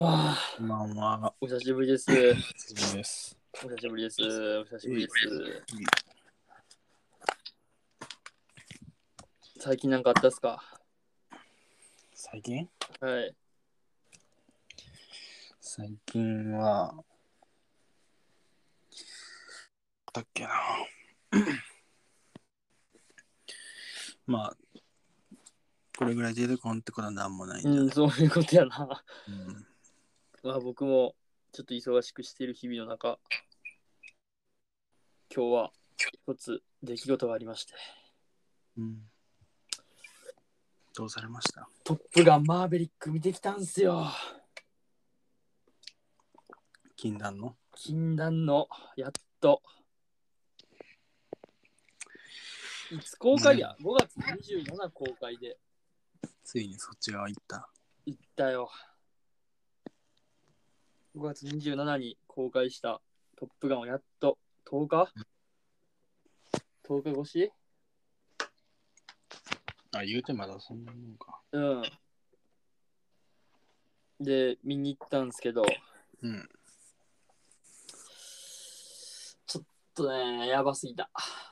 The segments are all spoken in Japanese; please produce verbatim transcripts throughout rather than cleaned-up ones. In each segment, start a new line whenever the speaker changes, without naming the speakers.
あ
こんばんは。
お久しぶりです。
久しぶりです。
お久しぶりです。お久しぶりです。最近なんかあったっすか？
最近
はい。
最近は、だっけな。まあ、これぐらい出てこんってことはなんもないんじゃない、
うん、そういうことやな。
うん、
まあ僕もちょっと忙しくしている日々の中、今日は一つ出来事がありまして。
うん。どうされました？
トップガンマーベリック見てきたんすよ。
禁断の
禁断の、やっと。いつ公開や、ごがつにじゅうしちにち公開で。
ついにそっち側行った。
行ったよ。ごがつにじゅうしちにちに公開したトップガンをやっととおか ?とおか 越し
あ、言うてまだそんなもんか。
うん。で、見に行ったんですけど、
うん。
ちょっとね、やばすぎた。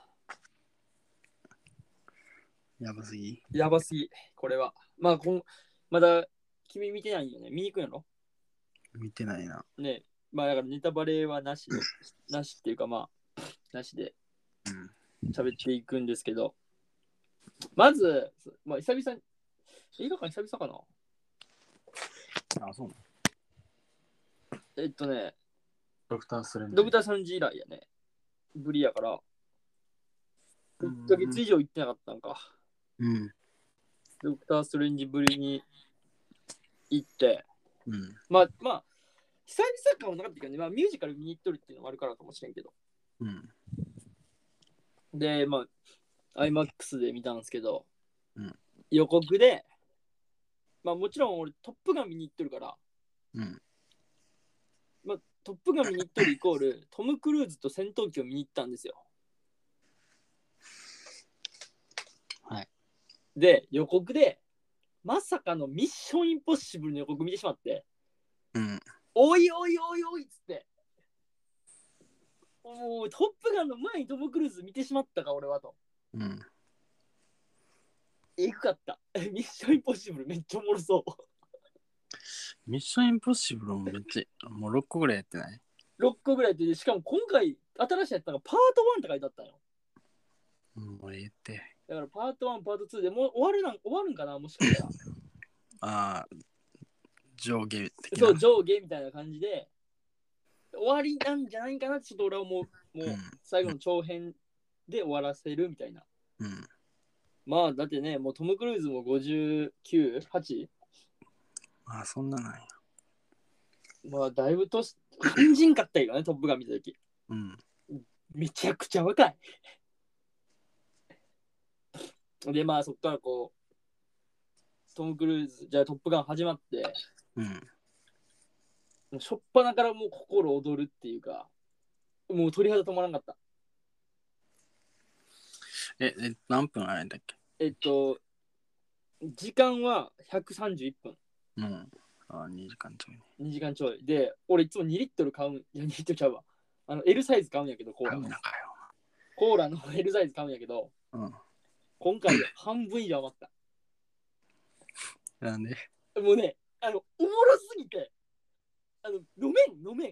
やばすぎ
やばすぎ、これは。まあ、こんまだ君見てないよね。見に行くんやろ
見てないな。
ね。まあ、だからネタバレはなしで、なしっていうかまあ、なしで
うん。
喋っていくんですけど、まず、まあ、久々に、映画館久々かな
あ、そうなの。
えっとね、
ドクター・ストレンジ。
ドクター・サンジ以来やね。ぶりやから、
う
いっかげつ
ん。
以上行ってなかったんか。
うん。
ドクター・ストレンジぶりに行って、
うん。
まあまあ、久々感はなかったけどね、まあ、ミュージカル見に行っとるっていうのもあるからかもしれんけど。
うん。
で、まあ、アイマックス で見たんですけど、
うん、
予告で、まあもちろん俺トップガン見に行ってるから、
うん。
まあ、トップガン見に行っとるイコール、トム・クルーズと戦闘機を見に行ったんですよ。
はい。
で、予告で、まさかのミッション・インポッシブルの予告見てしまって、
うん。
おいおいおいおいっつって、もうトップガンの前にトム・クルーズ見てしまったか、俺はと。
うん。
えぐかった。ミッション・インポッシブルめっちゃおもろそう。
ミッション・インポッシブルもめっちゃ、もうろっこぐらいやってない？
ろっこぐらいで、しかも今回新しいやつがパートワンって書いてあったよ。
もうええって。
だからパートワン、パートツーでもう終わるなん終わるんかな、もしかしたら。
ああ、上下的な。
そう、上下みたいな感じで、終わりなんじゃないかなってちょっと俺は思う。もう最後の長編で終わらせるみたいな。
うん。
まあだってね、もうトム・クルーズもごじゅうきゅう、はち?
ああ、そんななんや。
まあだいぶ年、肝心かったよね、トップガン見たとき。
うん。
めちゃくちゃ若い。で、まあそっからこう、トム・クルーズ、じゃあトップガン始まって、
うん。
もうしょっぱなからもう心躍るっていうか、もう鳥肌止まらんかった。
え、え、何分あれだっけ？
えっと、時間はひゃくさんじゅういっぷん。
うん。ああ、にじかんちょいね。
にじかんちょい。で、俺いつもにリットル買うん、いや、にリットルちゃうわ。あの、L サイズ買うんやけど、コーラの。
買うなかよ。
コーラの L サイズ買うんやけど、
うん。
今回半分以上余った。
なんで？
もうね、あの、おもろすぎて、あの、飲めん、飲めん。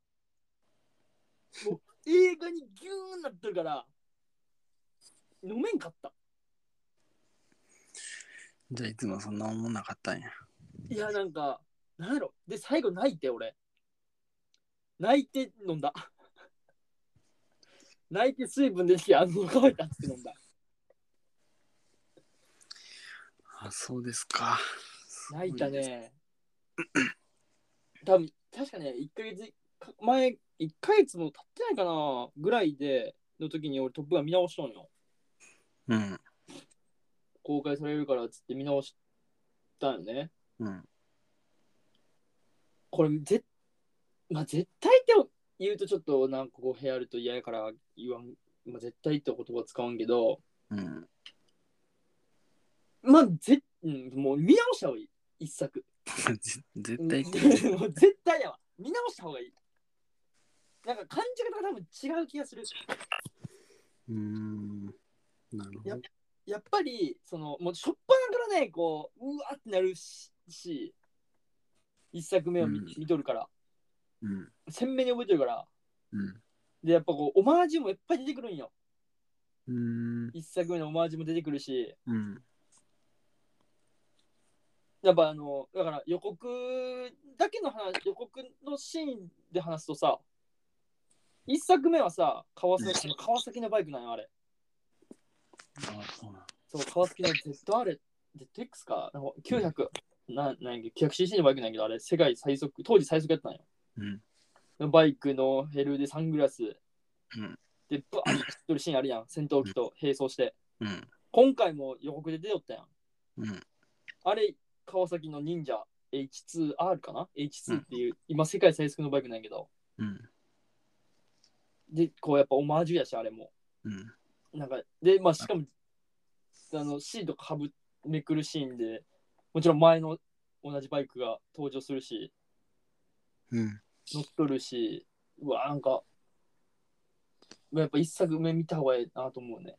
もう映画にギューンなってるから、飲めんかった。
じゃあいつもそんな思んなかったんや。
いや、なんか、なんやろ。で、最後泣いて、俺。泣いて飲んだ。泣いて水分出てきて、あの、乾いたっつって飲んだ。
あ、そうですか。
泣いたね。多分、確かね、いっかげつ前、いっかげつも経ってないかなぐらいで、の時に俺トップガン見直したのよ。
うん。
公開されるからっつって見直したよね。
うん。
これ、ぜまあ、絶対って言うとちょっとなんかこう部屋あると嫌やから言わん、まあ、絶対って言葉使うんけど、
うん。
まあ、ぜ、うん、もう見直した方がいい。一作。
絶対言って
もう絶対やわ。見直した方がいい。なんか感じ方が多分違う気がする。
うーん。なるほど。
ややっぱり、その、もうしょっぱなからね、こう、うわってなるし、し一作目を見,、
うん
見とるから、
うん。
鮮明に覚えてるから、
うん。
で、やっぱこう、オマージュもいっぱい出てくるんよ。
うーん。
一作目のオマージュも出てくるし、
うん。
やっぱあの、だから予告だけの話、予告のシーンで話すとさ、一作目はさ、川崎の川崎のバイクなんよ、あれ。
あ、そうなん。
そう、川崎の ゼットアール、ゼットエックス か、なんかきゅうひゃく、ななんやっけ きゅうひゃくシーシー のバイクなんやけど、あれ、世界最速、当時最速やったんよ。
うん。
バイクのヘルでサングラス
うん。
で、バーッと走ってるシーンあるやん、戦闘機と並走して。
うん。
今回も予告で出とったやん。
うん。
あれ、川崎の忍者 エイチツーアール かな ?エイチツー っていう、今世界最速のバイクなんやけど。
うん。
で、こうやっぱオマージュやし、あれも。
うん。
なんか、で、まあしかも、あの、シートかぶめくるシーンで、もちろん前の同じバイクが登場するし、
うん。
乗っとるし、うわ、なんか、やっぱ一作目見た方がいいなと思うね。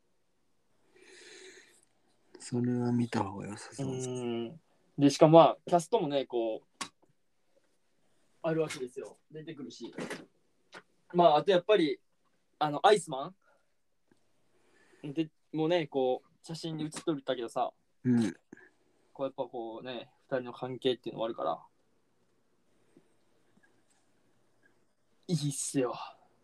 それは見た方が良さ
う
そう。
ーん。で、しかもまあ、キャストもね、こう、あるわけですよ。出てくるし。まあ、あとやっぱり、あの、アイスマンでもうね、こう、写真に写っとるったけどさ、
うん。
こうやっぱこうね、二人の関係っていうのもあるから、いいっすよ。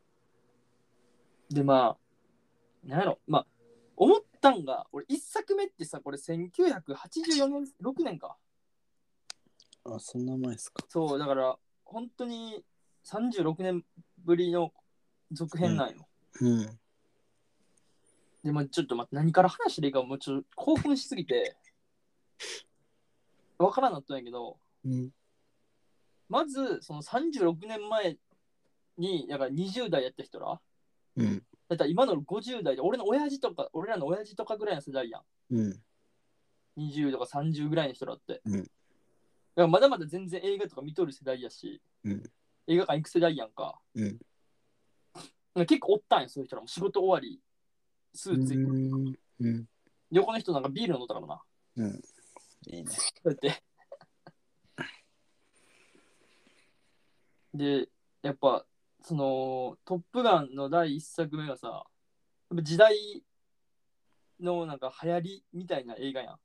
で、まあ、なんやろ、まあ、思ったんが、俺一作目ってさ、これせんきゅうひゃくはちじゅうよねん、ろくねんか。
あ、そんな前ですか。
そう、だから、本当にさんじゅうろくねんぶりの続編なんよ。
うん。
でも、ちょっと待って、何から話していいか、もうちょっと興奮しすぎて、わからんなったんやけど、
うん。
まず、そのさんじゅうろくねんまえに、だからにじゅう代やった人ら、
うん。
だったら今のごじゅう代で、俺の親父とか、俺らの親父とかぐらいの世代やん。
うん。
にじゅうとかさんじゅうぐらいの人らって。
うん。
だからまだまだ全然映画とか見とる世代やし、
うん。
映画館行く世代やんか。
うん。
結構おったんや、そういう人らも。仕事終わり、スーツ、
うん。うん。
横の人なんかビール飲んだからな。
うん。いいね。
こうやって。で、やっぱ、その、トップガンの第一作目がさ、やっぱ時代のなんか流行りみたいな映画やん。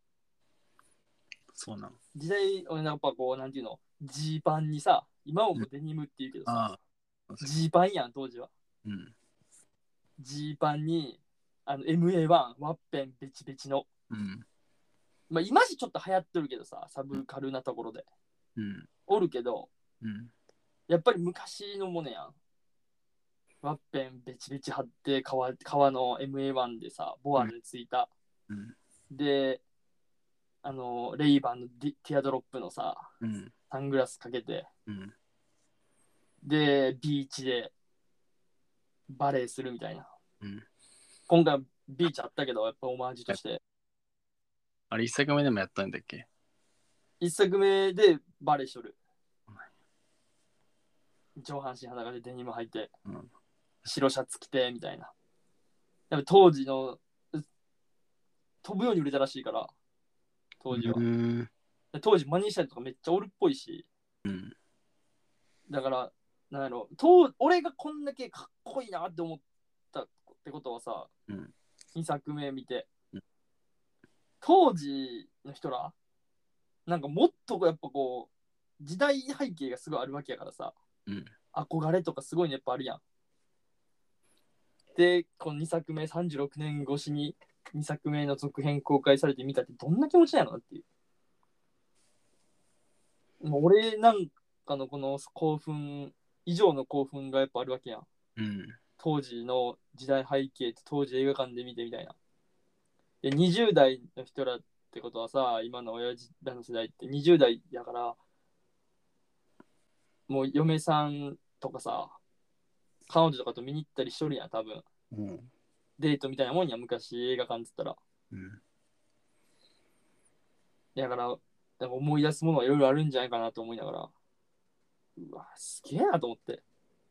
そうなの。
時代、俺やっぱこう、なんていうの、ジーパンにさ、今もデニムって言うけどさ、
ああ。
ジーパンやん、当時は。
うん。
ジーパンに、あの、エムエーワン、ワッペン、ベチベチの。
うん。
まあ、今しちょっと流行ってるけどさ、サブカルなところで。
うん。
おるけど、
うん。
やっぱり昔のものやん。ワッペンベチベチ貼って革、革の エムエーワン でさ、ボアについた。
うん。
で、あの、レイバンのディティアドロップのさ、
うん。
サングラスかけて、
うん。
で、ビーチでバレーするみたいな。
うん。
今回ビーチあったけど、やっぱオマージュとして。
あれ、一作目でもやったんだっけ。
一作目でバレーしとる。上半身裸でデニム履いて、
うん。
白シャツ着てみたいな。やっぱ当時の飛ぶように売れたらしいから、当時は。
うん。
当時マニーシャとかめっちゃおるっぽいし、
うん。
だから、なんやろ、と俺がこんだけかっこいいなって思ったってことはさ、
うん。
にさくめ見て、
うん、
当時の人ら、なんかもっとやっぱこう、時代背景がすごいあるわけやからさ、
うん。
憧れとかすごいのやっぱあるやん。で、このにさくめ、さんじゅうろくねん越しににさくめの続編公開されてみたってどんな気持ちなのっていう。もう俺なんかのこの興奮以上の興奮がやっぱあるわけやん。
うん。
当時の時代背景と当時映画館で見てみたいな。で、にじゅう代の人らってことはさ、今の親父らの世代ってにじゅう代やから、もう嫁さんとかさ、彼女とかと見に行ったりしとるやん、多分。
うん。
デートみたいなもんや、昔映画館っつったら。
うん。
だから、 なんか思い出すものはいろいろあるんじゃないかなと思いながら、うわ、すげえなと思って。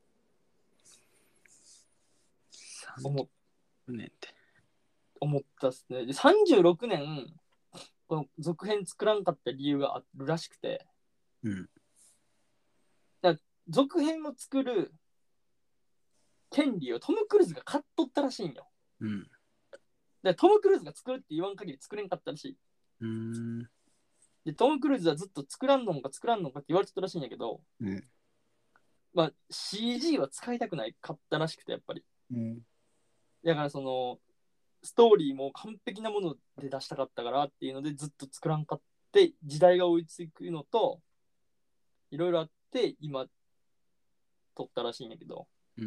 思
さんじゅうねんって。
思ったっすね。で、さんじゅうろくねん、この続編作らんかった理由があるらしくて、
うん。
だから続編を作る権利をトム・クルーズが買っとったらしいんよ。
うん。
だからトム・クルーズが作るって言わん限り作れんかったらしい。
うーん。
で、トム・クルーズはずっと作らんのんか作らんのんかって言われてたらしいんやけど、
うん。
まあ シージー は使いたくないかったらしくて、やっぱり。
うん。
だからその、ストーリーも完璧なもので出したかったからっていうのでずっと作らんかって時代が追いつくのといろいろあって今撮ったらしいんやけど、
うん。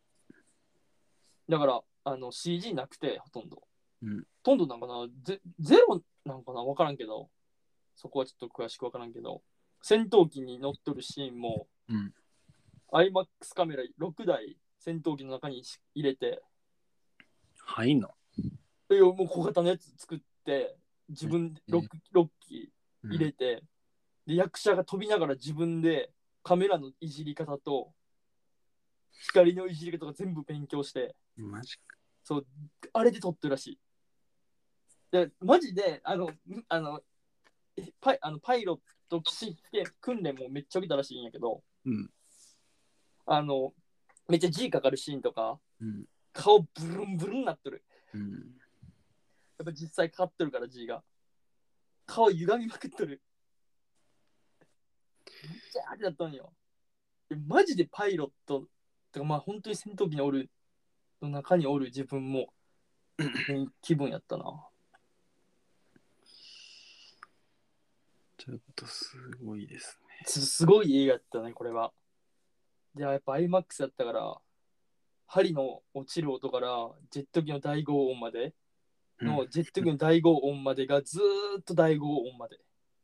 だからあの シージー なくてほとんど
うん。
ほとんどなんかなゼゼロなんかな分からんけど、そこはちょっと詳しく分からんけど、戦闘機に乗っとるシーンも
うん。
アイマックス カメラろくだい戦闘機の中に入れて、
入んの？
いやもう小型のやつ作って自分で 6, 6機入れて、で役者が飛びながら自分でカメラのいじり方と光のいじり方が全部勉強して、
マジか。
そうあれで撮ってるらしい。でマジであのあのパイあのパイロット試験訓練もめっちゃ見たらしいんやけど、
うん。
あのめっちゃ G かかるシーンとか
うん。
顔ブルンブルンなってる。
うん。
やっぱ実際かかってるから G が顔歪みまくってる。めっちゃあれだったんよ。マジでパイロットとかまあ本当に戦闘機におるの中におる自分も気分やったな。
ちょっとすごいですね。
すすごい映画やったねこれは。でやっぱ アイマックス やったから針の落ちる音からジェット機の大轟音までの、うん、ジェット機の大轟音までがずーっと大轟音まで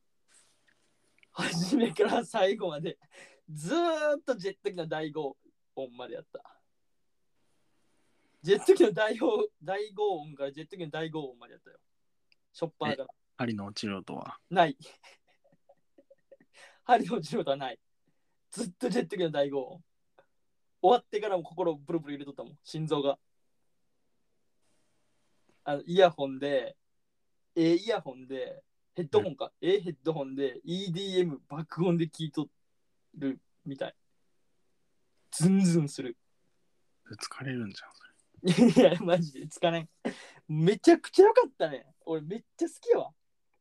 初めから最後までずーっとジェット機の大轟音までやった。ジェット機の大轟大轟音からジェット機の大轟音までやったよ。ショッパーから
針の落ちる音は
ない針の落ちる音はない。ずっとジェット機の大轟音。終わってからも心をブルブル入れとったもん、心臓が。あのイヤホンで、A イヤホンで、ヘッドホンか、うん、A ヘッドホンで イーディーエム 爆音で聴いとるみたい。ズンズンする。
疲れるんじゃん、
それ。いや、マジで疲れん。めちゃくちゃ良かったね。俺めっちゃ好きやわ。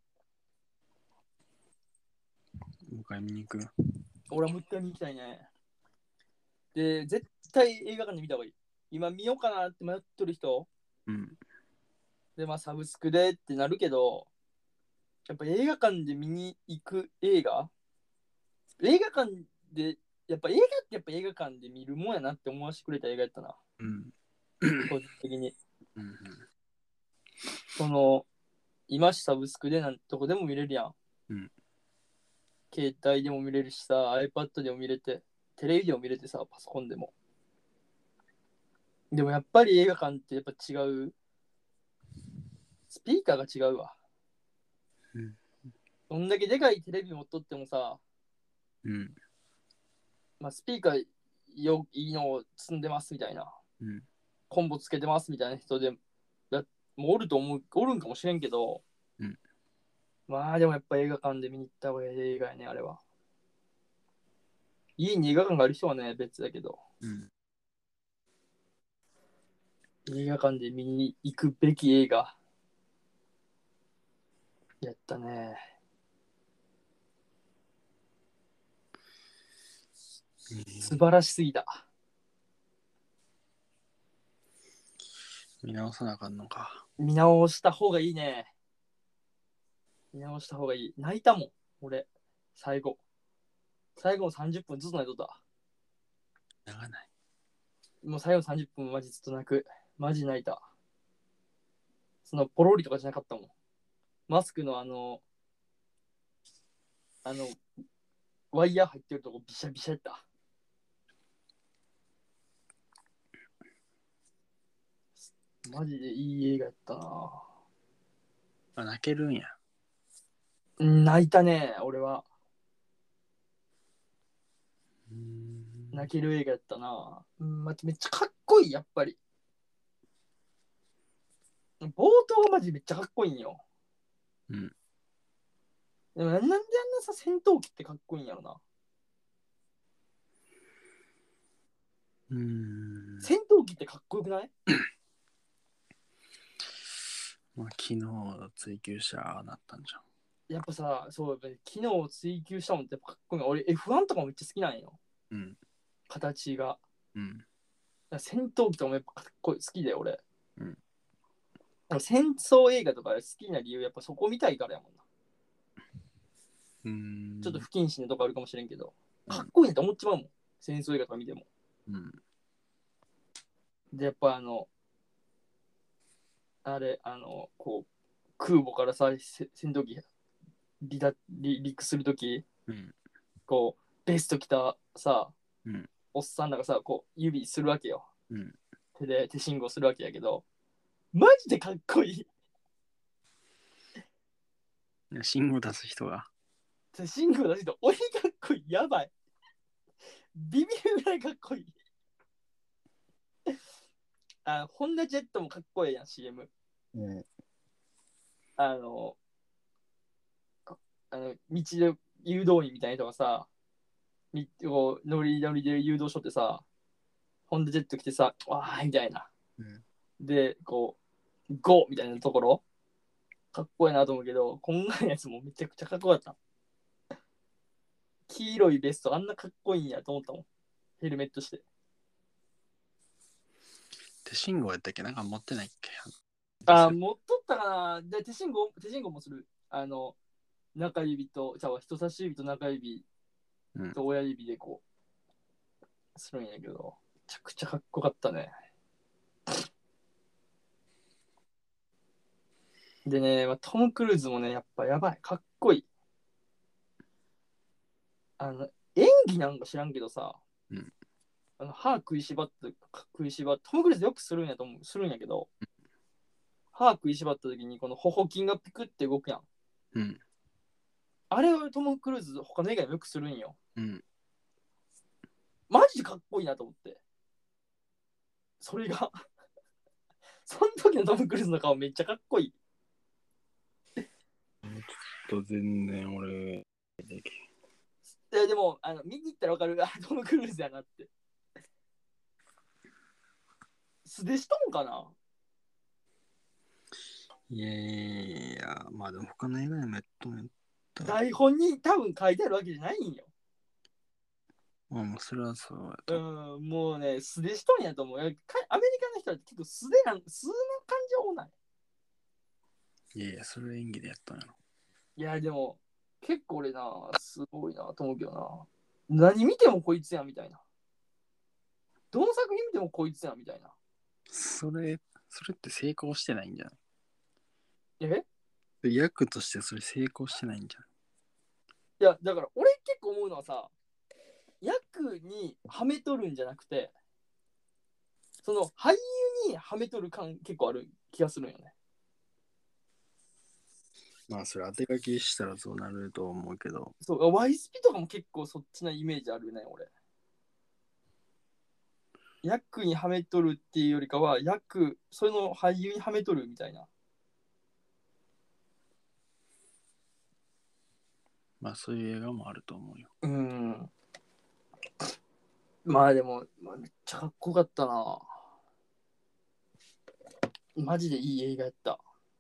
もう一回見に行く。
俺はもう一回見に行きたいね。で、絶対映画館で見た方がいい。今見ようかなって迷ってる人、
うん。
で、まあサブスクでってなるけど、やっぱ映画館で見に行く映画映画館で、やっぱ映画ってやっぱ映画館で見るもんやなって思わせてくれた映画やったな。
うん。
個人的に。
うん。
その、今しサブスクでなんとこでも見れるやん。
うん。
携帯でも見れるしさ、iPad でも見れて、テレビでも見れてさ、パソコンでも。でもやっぱり映画館ってやっぱ違う。スピーカーが違うわ。
うん。
どんだけでかいテレビ持っとってもさ、
うん。
まあ、スピーカーよいいのを積んでますみたいな、
うん。
コンボつけてますみたいな人でもうおると思う、おるんかもしれんけど、
うん。
まあでもやっぱ映画館で見に行った方がいい映画やね、あれは。家に映画館がある人はね、別だけど、
うん。
映画館で見に行くべき映画やったね。素晴らしすぎた。
見直さなあかんのか。
見直した方がいいね。見直した方がいい。泣いたもん、俺。最後。最後のさんじゅっぷんずっと泣いとった。
泣かない。
もう最後のさんじゅっぷんマジずっと泣く。マジ泣いた。そのポロリとかじゃなかったもん。マスクのあの、あの、ワイヤー入ってるとこビシャビシャやった。マジでいい映画やったな。
あ、泣けるんや。
泣いたね、俺は。
うーん
泣ける映画やったな。うん、まめっちゃかっこいい、やっぱり。冒頭はマジめっちゃかっこいいんよ。
うん。
でもなんであんなさ、戦闘機ってかっこいいんやろな。
うーん。
戦闘機ってかっこよくない？
まあ、昨日追求者なったんじゃん。
やっぱさ、そう、機能を追求したもんってかっこいい。俺 エフワン とかもめっちゃ好きなんよ。
うん。
形が。
うん。
戦闘機とかもやっぱかっこいい。好きだよ、俺。
うん。
俺戦争映画とか好きな理由、やっぱそこ見たいからやもんな。
うーん。
ちょっと不謹慎なとこあるかもしれんけど、かっこいいなって思っちまうもん。戦争映画とか見ても。
うん。
で、やっぱあの、あれ、あの、こう、空母からさ、せ戦闘機離脱離陸するとき、
うん。
こう、ベスト着たさ、
うん。
おっさんらがさ、こう、指するわけよ。
うん。
手で手信号するわけやけど、マジでかっこいい。
信号出す人が。
手信号出す人、俺かっこいい。やばい。ビビるぐらいかっこいい。あ、ホンダジェットもかっこいいやん、シーエム。
うん。
あの、あの道で誘導員みたいな人がさ、みこう乗り乗りで誘導しとってさ、ホンダジェット来てさ、わーいみたいな。
うん。
で、こう、ゴーみたいなところ、かっこいいなと思うけど、こんなやつもめちゃくちゃかっこよかった。黄色いベスト、あんなかっこいいんやと思ったもん。ヘルメットして。
手信号やったっけ？なんか持ってないっけ？
あ、持っとったかな。で、手信号、手信号もする。あの、中指と、じゃあ人差し指と中指と親指でこう、するんやけど、めちゃくちゃかっこよかったね。でね、まあ、トム・クルーズもね、やっぱやばい。かっこいい。あの、演技なんか知らんけどさ、
うん。
あの歯食いしばって、食いしばって、トム・クルーズよくするんやと思う、するんやけど、歯食いしばった時にこの頬筋がピクって動くやん。
うん。
あれをトム・クルーズ他の映画でもよくするんよ。
うん。
マジでかっこいいなと思って。それがその時のトム・クルーズの顔めっちゃかっこいい。
ちょっと全然俺、
ででもあの見に行ったら分かる。あ、トム・クルーズやなって。素でしとんかな。
いやいや、まあでも他の映画でもやっとんやったら、
台本に多分書いてあるわけじゃないんよ。
まあもうそれはそうや
う
と。
ん、もうね、素でしとんやと思う。アメリカの人は結構素でなん、素な感じは多ない。
いやいや、それ演技でやったんやろ。
いや、でも、結構俺な、すごいなと思うけどな。何見てもこいつやみたいな。どの作品見てもこいつやみたいな。
それ、それって成功してないんじゃ
え
ない役としてそれ成功してないんじゃない
いや、だから俺結構思うのはさ、役にはめとるんじゃなくて、その俳優にはめとる感結構ある気がするんよね。
まあそれ当て書きしたらそうなると思うけど、
そう、ワイスピとかも結構そっちなイメージあるね、俺。役にはめとるっていうよりかは、役、その俳優にはめとるみたいな。
まあそういう映画もあると思うよ。
うん。まあでも、まあ、めっちゃかっこよかったな。マジでいい映画やった。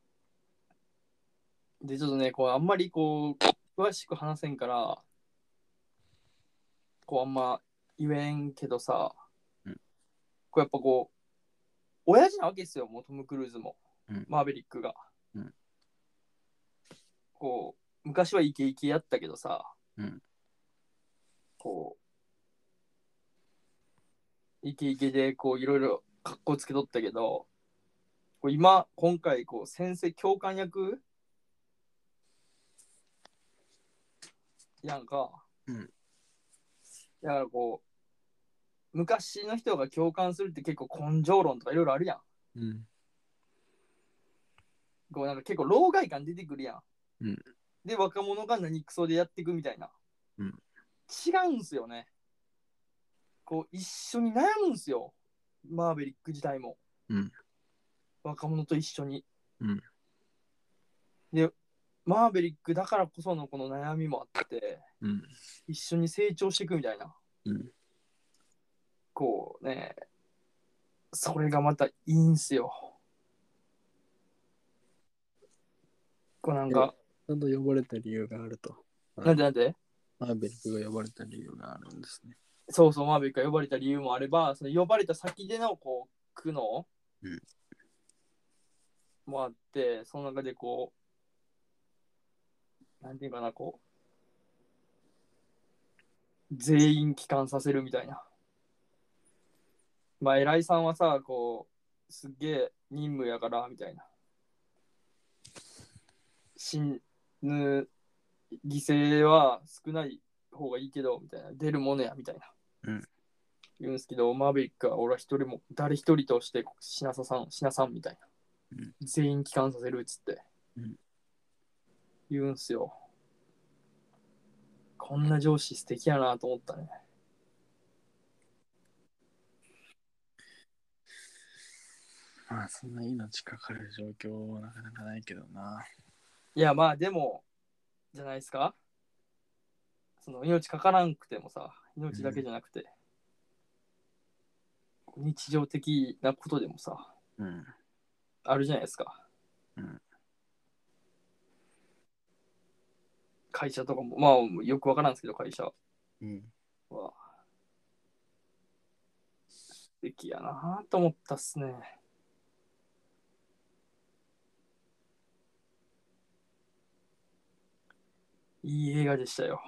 で、ちょっとね、こう、あんまりこう、詳しく話せんから、こう、あんま言えんけどさ、
うん、
こう、やっぱこう、親父なわけですよ、もうトム・クルーズも、
うん、
マーベリックが。
うん、
こう、昔はイケイケやったけどさ、
うん、
こう、イケイケで、こう、いろいろ格好つけとったけど、こう今、今回、こう、先生、教官役やんか。
うん。
だからこう、昔の人が共感するって結構根性論とかいろいろあるやん。
うん。
こうなんか結構老害感出てくるやん。
うん。
で、若者が何クソでやっていくみたいな。
うん、
違うんすよね。こう、一緒に悩むんすよ。マーベリック自体も。
うん、
若者と一緒に。
うん、
で、マーベリックだからこそのこの悩みもあって、
うん、
一緒に成長していくみたいな。
うん。
こうね、それがまたいいんすよ。こうなんか、
ちゃんと呼ばれた理由があると。
なんでなんで
マーベリックが呼ばれた理由があるんですね。
そうそう、マーベリックが呼ばれた理由もあれば、その呼ばれた先でのこう苦悩もあって、その中でこう、なんていうかな、こう、全員帰還させるみたいな。まあ、偉いさんはさ、こう、すっげえ任務やから、みたいな。死ぬ犠牲は少ない方がいいけど、みたいな。出るものや、みたいな。
うん。
言うんですけど、マーベリックは俺は一人も、誰一人として死なささん、死なさん、みたいな。
うん、
全員帰還させるっつって。
うん。
言うんすよ。こんな上司素敵やなと思ったね。
まあ、そんな命かかる状況はなかなかないけどな。
いや、まあでも、じゃないですか。その命かからんくてもさ、命だけじゃなくて、うん、日常的なことでもさ、
うん。
あるじゃないですか。
うん。
会社とかも、まあよくわからんですけど、会社
うん。
は。素敵やなと思ったっすね。いい映画でしたよ。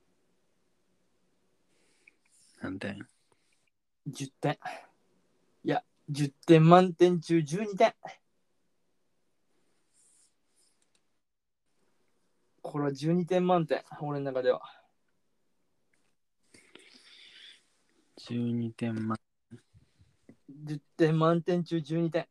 何点？
じゅってん。いや、じゅってん満点中じゅうにてん。これはじゅうにてん満点、俺の中では。
じゅうにてん満。
じゅってん満点中じゅうにてん。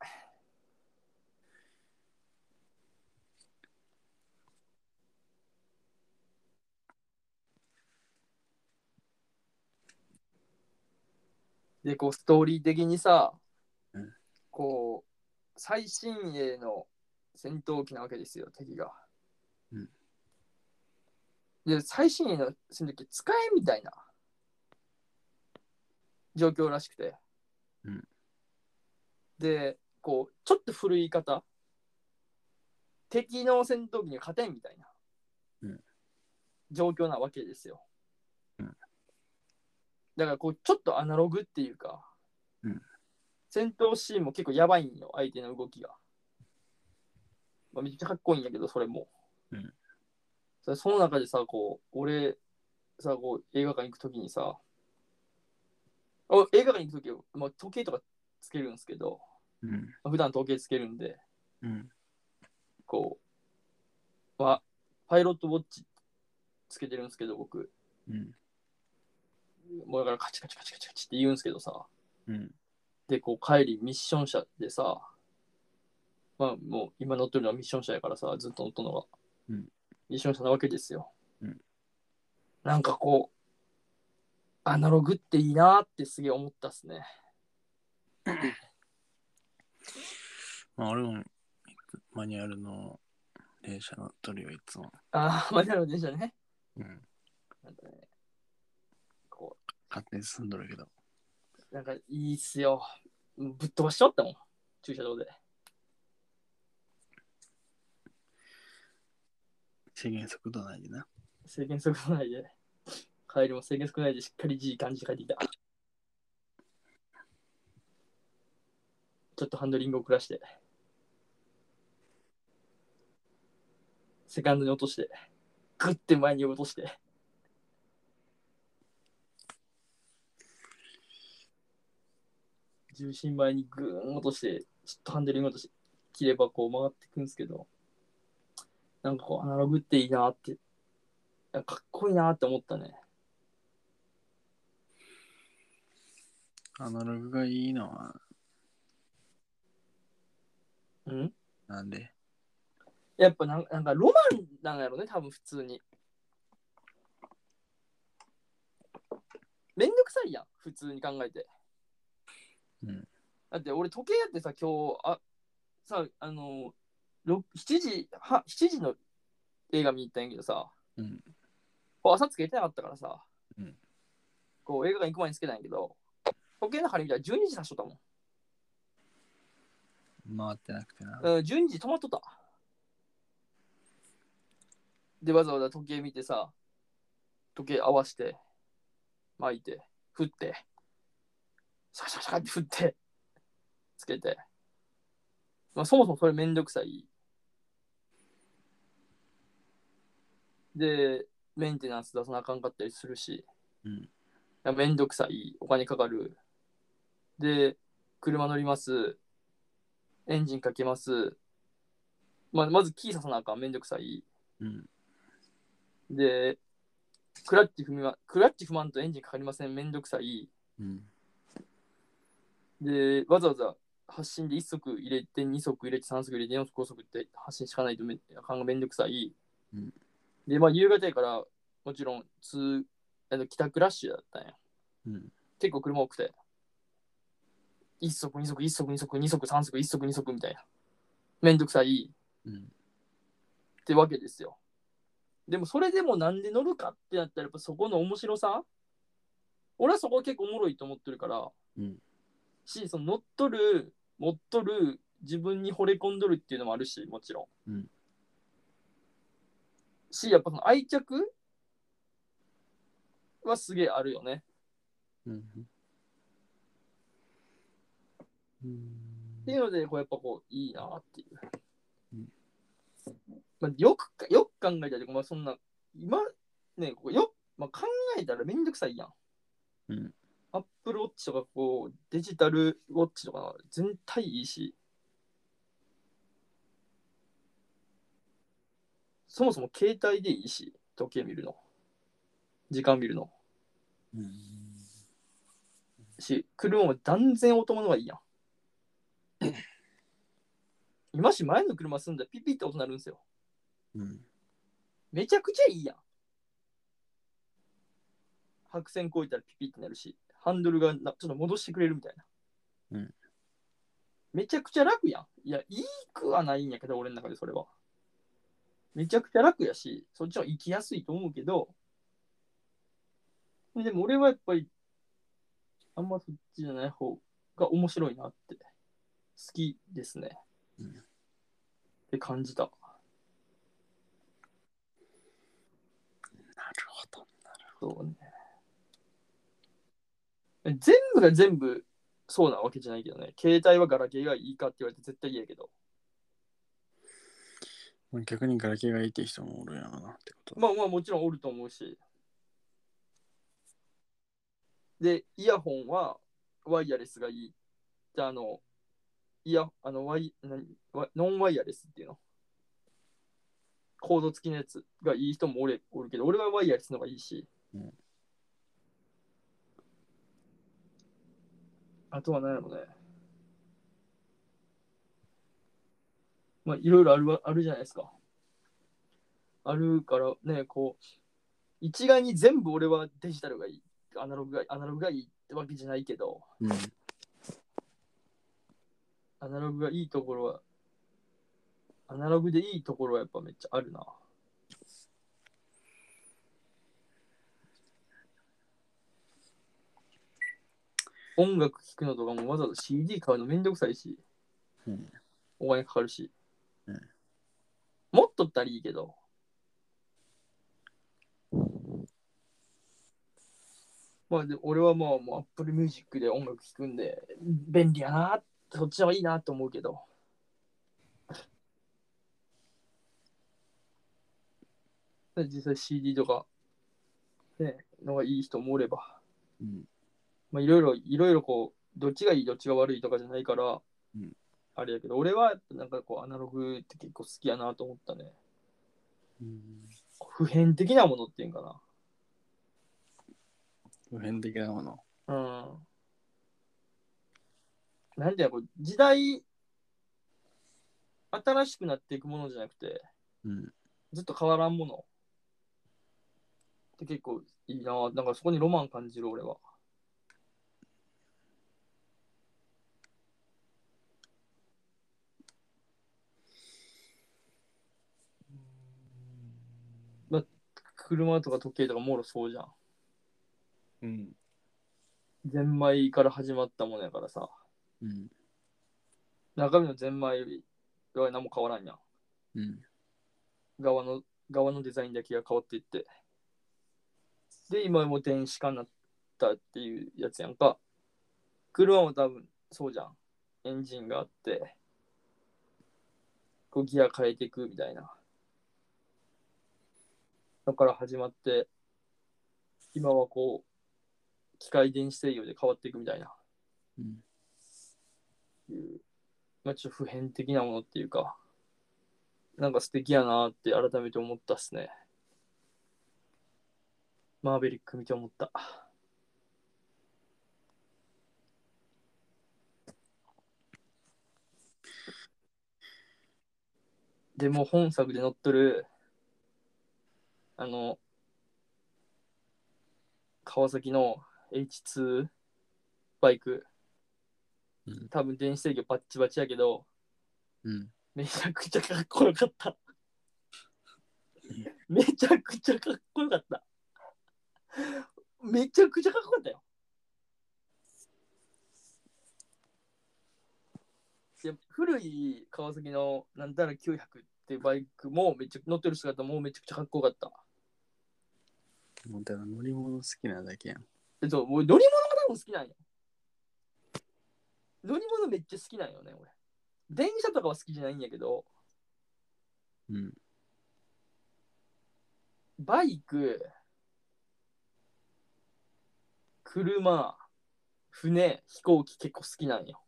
で、こう、ストーリー的にさ、
うん。
こう、最新鋭の戦闘機なわけですよ、敵が。
うん。
で、最新鋭の戦闘機使えみたいな状況らしくて。
うん。
で、こう、ちょっと古い言い方、敵の戦闘機に勝てんみたいな状況なわけですよ。
うん。
だからこう、ちょっとアナログっていうか、
うん。
戦闘シーンも結構やばいんよ、相手の動きが。まあ、めっちゃかっこいいんやけど、それも。
うん。
その中でさ、こう、俺、さ、こう、映画館行くときにさ、映画館に行くとき、まあ、時計とかつけるんですけど、
うん。
まあ、普段時計つけるんで、
うん。
こう、まあ、パイロットウォッチつけてるんですけど、僕。
うん。
もうだからカチカチカチカチカチって言うんですけどさ、
うん。
で、こう帰りミッション車でさ、まあもう今乗ってるのはミッション車やからさ、ずっと乗ったのが。
うん。
ミッション車なわけですよ。
うん。
なんかこう、アナログっていいなってすげえ思ったっすね。
まあ、俺もマニュアルの電車乗っとるよ、いつも。
ああ、マニュアルの電車ね。
うん。
なんかね、こ
勝手に進んどるけど。
う、なんかいいっすよ。ぶっ飛ばしちゃったもん、駐車場で。
制限速度内でな。
制限速度内で、帰りも制限速度内でしっかり G 感じで帰ってきた。ちょっとハンドリングを暮らして、セカンドに落として、グッて前に落として、重心前にグーン落として、ちょっとハンドリング落として、切ればこう曲がっていくんですけど、なんかこうアナログっていいなって、かっこいいなって思ったね。
アナログがいいのは、
うん
なんで？
やっぱなんなんかロマンなんやろね、多分普通に。めんどくさいやん、普通に考えて。
うん。
だって俺時計やってさ、今日、あ、さ、あの、ろく しちじ、は、しちじの映画見に行ったんやけどさ、
うん。
こう朝つけてなかったからさ、
うん。
こう映画館行く前につけたんやけど、時計の針見たらじゅうにじ経しとったもん。
回ってなくてな。
うん、じゅうにじ止まっとった。で、わざわざ時計見てさ、時計合わせて、巻いて、振って、シャカシャカシャカって振って、つけて。まあ、そもそもそれめんどくさい。で、メンテナンス出さなあかんかったりするし、
うん。
めんどくさい。お金かかる。で、車乗ります。エンジンかけます。まあ、まずキーささなあかん。めんどくさい。
うん。
で、クラッチ踏みま、クラッチ踏まんとエンジンかかりません。めんどくさい。
うん。
で、わざわざ発進でいっ足入れて、に足入れて、さん足入れて、よん足、ご足って発進しかないとめあかんがめんどくさい。
うん。
で、まあ、夕方やから、もちろん、通、あの帰宅ラッシュだったんや。
うん。
結構車多くて。いっ足、に足、いっ足、に足、に足、さん足、いっ足、に足みたいな。めんどくさい
うん。
ってわけですよ。でも、それでもなんで乗るかってなったら、やっぱそこの面白さ俺はそこ結構おもろいと思ってるから、
うん。
し、その乗っとる、持っとる、自分に惚れ込んどるっていうのもあるし、もちろん。
うん。
し、やっぱその愛着はすげえあるよね。
うん。うん。
っていうので、こうやっぱこう、いいなっていう。
うん。
まあ、よく、よく考えたら、まあ、そんな、今、ね、ここよ、まあ、考えたらめんどくさいやん。
うん。
アップルウォッチとか、こう、デジタルウォッチとか、全体いいし、そもそも携帯でいいし、時計見るの。時間見るの。
うん。
し、車も断然音の方がいいやん。今し前の車住んだらピピって音鳴るんですよ。
うん。
めちゃくちゃいいやん。白線越えたらピピってなるし、ハンドルがなちょっと戻してくれるみたいな。
うん。
めちゃくちゃ楽やん。いや、いいくはないんやけど、俺の中でそれは。めちゃくちゃ楽やし、そっちは生きやすいと思うけど、でも俺はやっぱり、あんまそっちじゃない方が面白いなって、好きですね。
うん。
って感じた。
なるほど。
そうね。全部が全部そうなわけじゃないけどね。携帯はガラケーがいいかって言われて絶対嫌やけど。
逆にガラケーがいいって人もおるやろなってこと。
まあまあもちろんおると思うし。で、イヤホンはワイヤレスがいい。じゃあ、あの、イヤ、あの、ワイ、何ワノンワイヤレスっていうの。コード付きのやつがいい人もおるおるけど、俺はワイヤレスの方がいいし。
うん。
あとは何やろね。まあ、いろいろあるあるじゃないですか。あるからね、こう、一概に全部俺はデジタルがいい、アナログがアナログがいいってわけじゃないけど、
うん。
アナログがいいところは、アナログでいいところはやっぱめっちゃあるな。音楽聴くのとかもわざわざ シーディー 買うのめんどくさいし、
うん。
お金かかるし。
うん。
持っとったらいいけど、まあで俺はまあもう Apple Music で音楽聴くんで、便利やな、そっちの方がいいなと思うけど、実際 シーディー とか、ね、のがいい人もおれば、
うん。
まあいろいろ、いろいろこう、どっちがいい、どっちが悪いとかじゃないから、
うん。
あれやけど、俺はなんかこう、アナログって結構好きやなと思ったね。
うん。
普遍的なものっていうんか
普遍的なもの。
な。うん。なんていうの、こう時代、 新しくなっていくものじゃなくて、
うん。
ずっと変わらんものって結構いいな。なんかそこにロマン感じる俺は。まあ、車とか時計とかもろそうじゃん。
うん。
ゼンマイから始まったものやからさ。
うん。
中身のゼンマイは何も変わらんやん。
うん。
側の、側のデザインだけが変わっていって。で、今も電子化になったっていうやつやんか。車も多分そうじゃん。エンジンがあって、こうギア変えていくみたいな。だから始まって、今はこう、機械電子制御で変わっていくみたいな。
うん。
いう、まあ、ちょっと普遍的なものっていうか、なんか素敵やなって改めて思ったっすね。マーベリック見て思った。でも本作で乗っとる、あの、川崎の エイチツー バイク、
うん。
多分電子制御バッチバチやけど、
うん。
めちゃくちゃかっこよかった。めちゃくちゃかっこよかった。めちゃくちゃかっこよかったよ。いや古い川崎のなんたらきゅうひゃくってバイクもめっちゃ乗ってる姿もめちゃくちゃかっこよかった。
もうだから乗り物好きなだけやん。
えそう、もう乗り物が多分好きなんよ。乗り物めっちゃ好きなんよね、俺。電車とかは好きじゃないんやけど、
うん。
バイク、車、船、飛行機結構好きなんよ。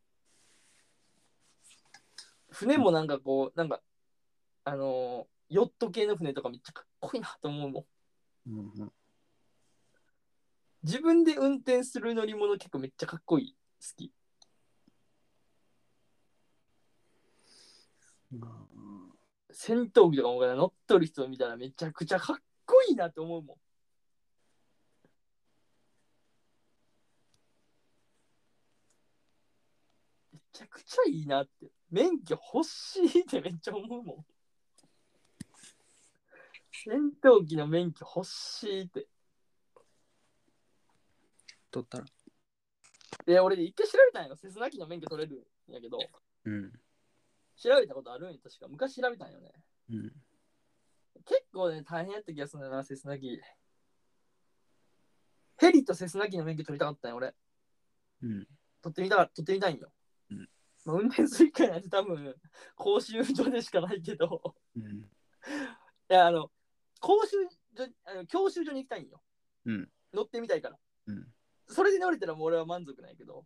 船もなんかこう、なんか、あのーヨット系の船とかめっちゃかっこいいなと思うもん。
うんうん。
自分で運転する乗り物結構めっちゃかっこいい。好き。戦闘機とかも乗っとる人を見たらめちゃくちゃかっこいいなと思うもん。めちゃくちゃいいなって。免許欲しいってめっちゃ思うもん。戦闘機の免許欲しいって。
取ったら。
で、俺一回調べたんよ。セスナ機の免許取れるんやけど、
うん。
調べたことあるんよ、確か。昔調べたんよね。
うん。
結構ね、大変やった気がするんだな、セスナ機。ヘリとセスナ機の免許取りたかったんよ、俺。
うん。
取ってみた、取ってみたいんよ。
うん。
まあ、運転する機会なんて多分、講習所でしかないけど、
うん。
いや、あの、講習所、あの教習所に行きたいんよ。
うん。
乗ってみたいから。
うん。
それで乗れたらもう俺は満足ないけど、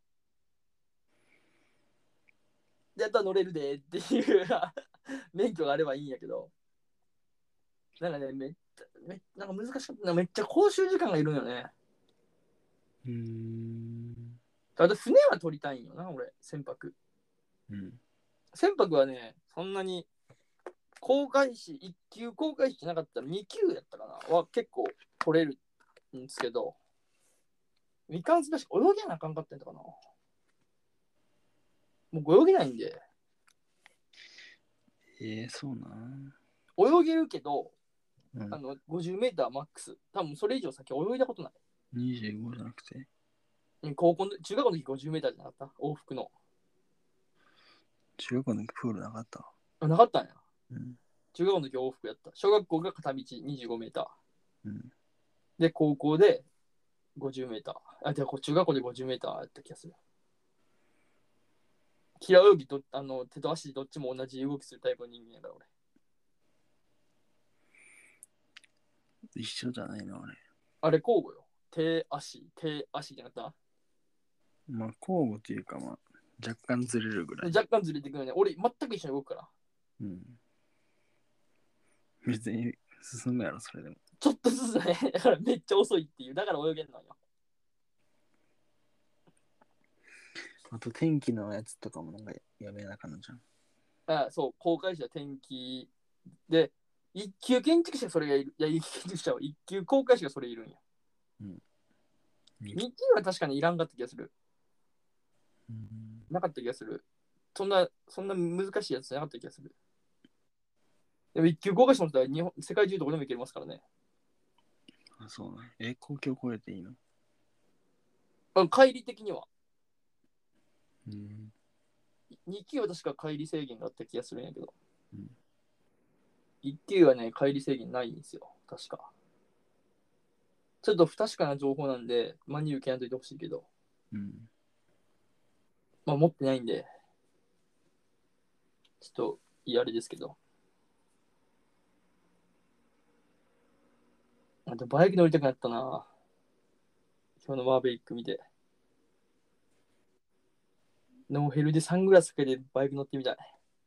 でやったら乗れるでっていう免許があればいいんやけど、なんかね、めっちゃ、めなんか難しかったな。めっちゃ講習時間がいるんよね。
うーん。
ただ船は取りたいんよな、俺、船舶。
うん。
船舶はね、そんなに航海士、いっ級航海士じゃなかったらに級やったかなは結構取れるんですけど、未完成だし泳げなあかんかったんやったかな。もう泳げないんで、
ええー、そうなん
泳げるけど、
うん。
あのごじゅうメーターマックス。多分それ以上先泳いだことない。
にじゅうごじゃなくて
高校の中学校の時ごじゅうメーターじゃなかった往復の。
中学校の時プールなかった。
あ、なかったんや。
うん。
中学校の時往復やった。小学校が片道にじゅうごメーター。
うん。
で、高校でごじゅうメーター。あ、で、中学校でごじゅうメーターやった気がする。平泳ぎとあの手と足どっちも同じ動きするタイプの人間やから俺。
一緒じゃないの、俺。
あれ交互よ。手足、手足じゃなかった
まあ、交互っていうか、まあ、若干ずれるぐらい。
若干ずれてくるね。俺全く一緒に動くから。
うん。別に進むやろ、それでも。
ちょっとずつね。だからめっちゃ遅いっていう。だから泳げんのよ。
あと天気のやつとかもなんかやめなあかんのじゃん。
あそう、航海士は天気で、一級建築士がそれがいる。いや、一級建築士は一級航海士がそれいるんや。
うん。
二級は確かにいらんかった気がする。
うん、
なかった気がする。そんな、そんな難しいやつじゃなかった気がする。でも一級航海士の人は日本世界中どこでも行けますからね。
あ、そうね。え、公共超えていいの？
あ帰り的には。
うん。
に級は確か帰り制限があった気がするんやけど。
うん、
いっ級はね、帰り制限ないんですよ。確か。ちょっと不確かな情報なんで、真に受けやんといてほしいけど。
うん。
まあ持ってないんで、ちょっといいあれですけど。あとバイク乗りたくなったな。今日のバーベリック見て。ノーヘルでサングラスかけてバイク乗ってみたい。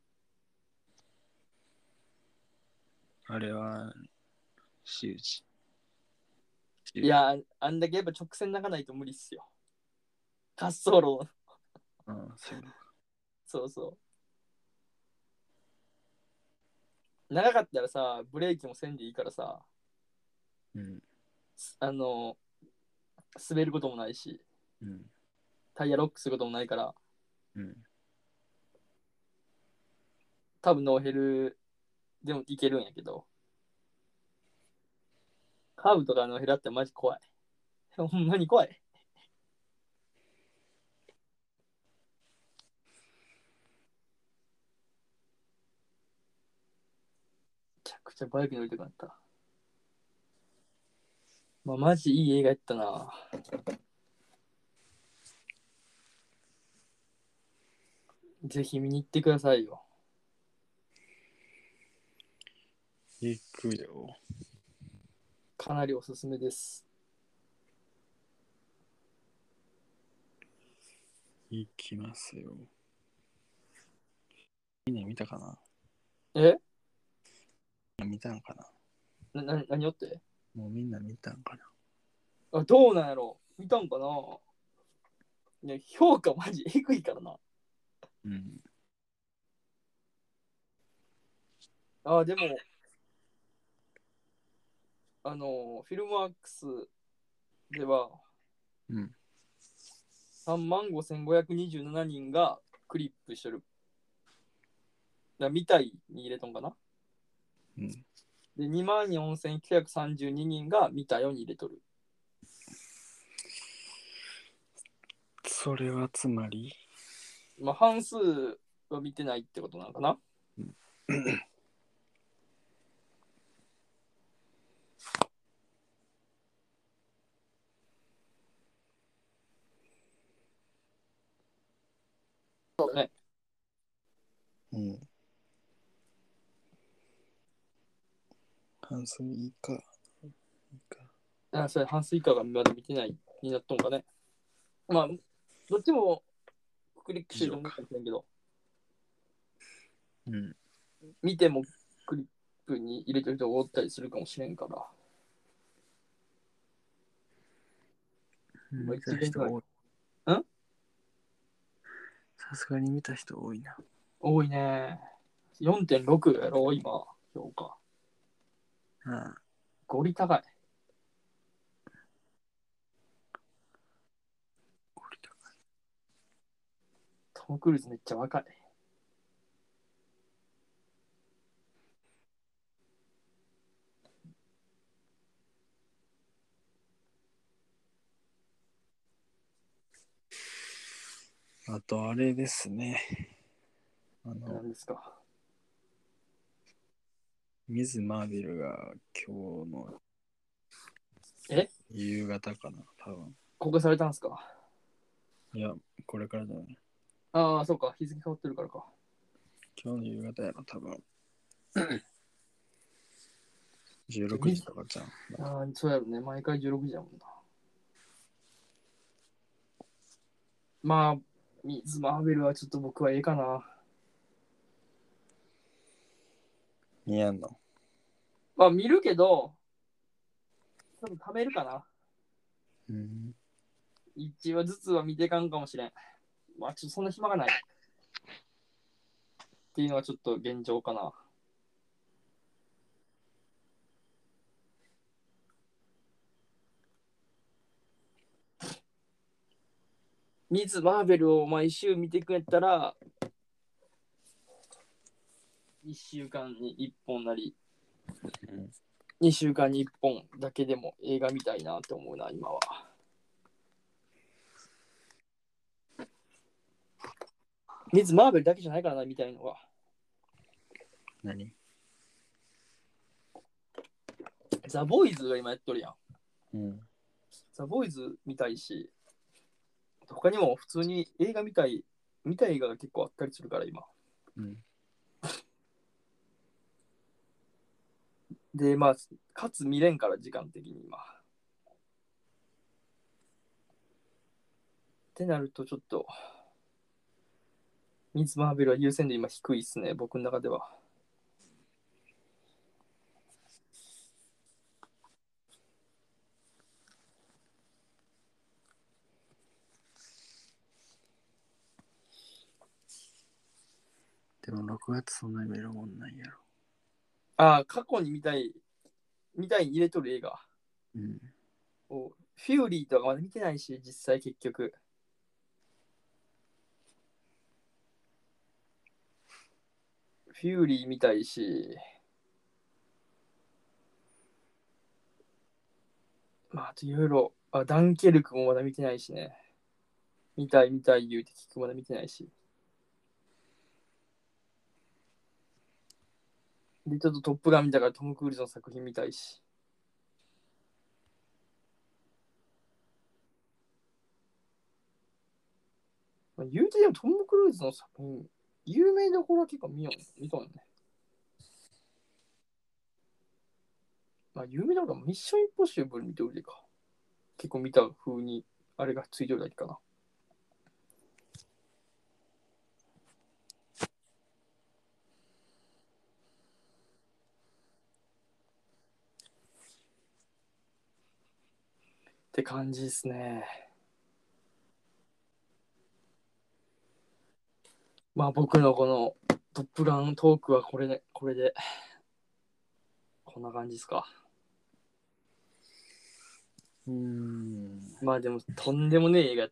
あれは、周知。
いや、あんだけやっぱ直線泣かないと無理っすよ。滑走路。
ああ、そう。
そうそう。長かったらさ、ブレーキもせんでいいからさ、
うん。
あの、滑ることもないし、
うん。
タイヤロックすることもないから、
うん。
多分ノーヘルでもいけるんやけど、カーブとかノーヘルあったらマジ怖い。ほんまに怖い。めちゃくちゃバイク乗りたくなった。まあ、マジいい映画やったな。ぜひ見に行ってくださいよ。
行くよ。
かなりおすすめです。
行きますよ。みんな見たかな？
え
見たんかな？
な、な、何よって。
もうみんな見たんかな？
あ、どうなんやろ見たんかな。ね、評価マジえぐいからな。
うん。
あ、でも、あの、フィルムワークスでは
うん。
さんまんごせんごひゃくにじゅうななにんがクリップしてる。だ見たいに入れとんかな。
うん。
で、にまんよんせんきゅうひゃくさんじゅうににんが見たように入れとる。
それはつまり、
まあ、半数は見てないってことなのかな。そうね。
うん。半数以下。以下。
あ、それ半数以下がまだ見てないになっとんかね。まあ、どっちもクリックしてると思うかもしれんけど、
うん。
見てもクリップに入れてる人がおったりするかもしれんから。まあ、
見た
一元ぐらい。
人多い。
ん
さすがに見た人多いな。
多いね。よんてんろくやろ、今、評価。
ああ、
ゴリ高い。
これ高い。
トム・クルーズめっちゃ若い。
あと、あれですね。あの
な、んですか。
ミズ・マーベルが今日の
え
夕方かな、多分。
公開されたんすか。
いや、これからじゃない。
ああ、そうか。日付変わってるからか。
今日の夕方やろ、多分。じゅうろくじとかじゃん。
ああ、そうやろね。毎回じゅうろくじやもんな。まあ、ミズ・マーベルはちょっと僕はええかな。
似合んの？
まあ、見るけど、多分貯めるかな。
うん。
いちわずつは見ていかんかもしれん。まあ、ちょっとそんな暇がない。 っていうのはちょっと現状かな。ミズ・マーベルを毎週見てくれたら、いっしゅうかんにいっぽんなり、
うん、
にしゅうかんにいっぽんだけでも映画見たいなって思うな、今は。ミズ・マーベルだけじゃないからな、みたいのは。
何？
ザ・ボーイズが今やっとるやん。
うん。
ザ・ボーイズ見たいし、他にも普通に映画見たい、見たい映画が結構あったりするから今。
うん。
で、まあ、かつ見れんから時間的に今。ってなるとちょっと、ミズ・マーベルは優先度今低いっすね、僕の中では。
でもろくがつそんなに見るもんないやろ。
ああ、過去に見たい、見たいに入れとる映画。
うん。
フューリーとかまだ見てないし、実際結局。フューリー見たいし、まあ、あといろいろ、あ、ダンケルクもまだ見てないしね。見たい見たい言うて聞くまだ見てないし。で、ちょっとトップガン見たからトム・クルーズの作品見たいし。まあ、言うてでもトム・クルーズの作品、有名どころは結構見よう、見とんよね。まあ、有名なのがミッション・インポッシブル見ておるでか。結構見た風に、あれがついてるだけかな。って感じですね。まあ僕のこのトップガントークはこれで、これで、こんな感じですか。
うーん。
まあでもとんでもねえ映画やった。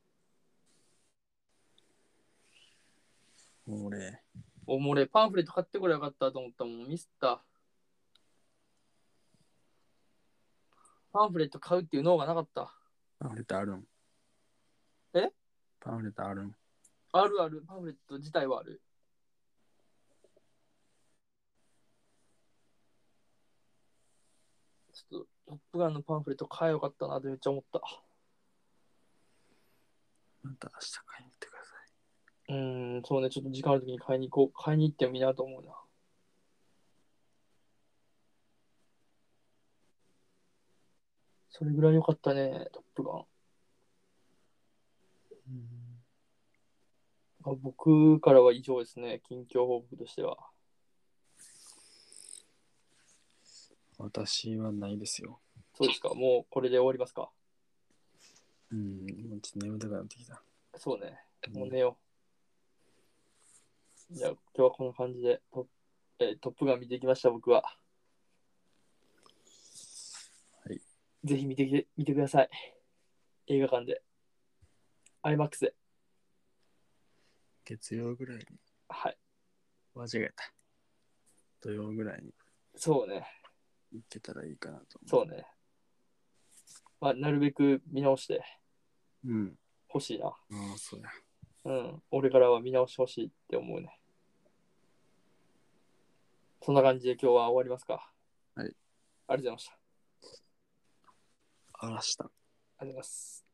俺、
おもれ、パンフレット買ってこれよかったと思ったもん。ミスった。パンフレット買うっていう脳がなかった。
パンフレットあるん？
え
パンフレットあるん？
あるある、パンフレット自体はある。ちょっとトップガンのパンフレット買えよかったなってめっちゃ思った。
また明日買いに行ってくださ
うーん、そうね、ちょっと時間あるときに買いに行こう。買いに行ってもいいなと思うな。それぐらい良かったね、トップガン。
い。うん。
まあ僕からは以上ですね、近況報告としては。
私はないですよ。
そうですか、もうこれで終わりますか。
うん。もうちょっと眠たくなってきた。
そうね、
うん。
もう寝よう。じゃあ今日はこんな感じでト,、えートップガン見てきました、僕は。
はい。
ぜひ見てきて見てください。映画館で。アイマックス で。
月曜ぐらいに
はい。
間違えた。土曜ぐらいに
そうね。
行けたらいいかなと思
そうね。まあ、なるべく見直して
う。うん。
ほしいな。
ああ、そうや。
うん。俺からは見直してほしいって思うね。そんな感じで今日は終わりますか。
はい。
ありがとうございました。
あらした。
ありがとうございます。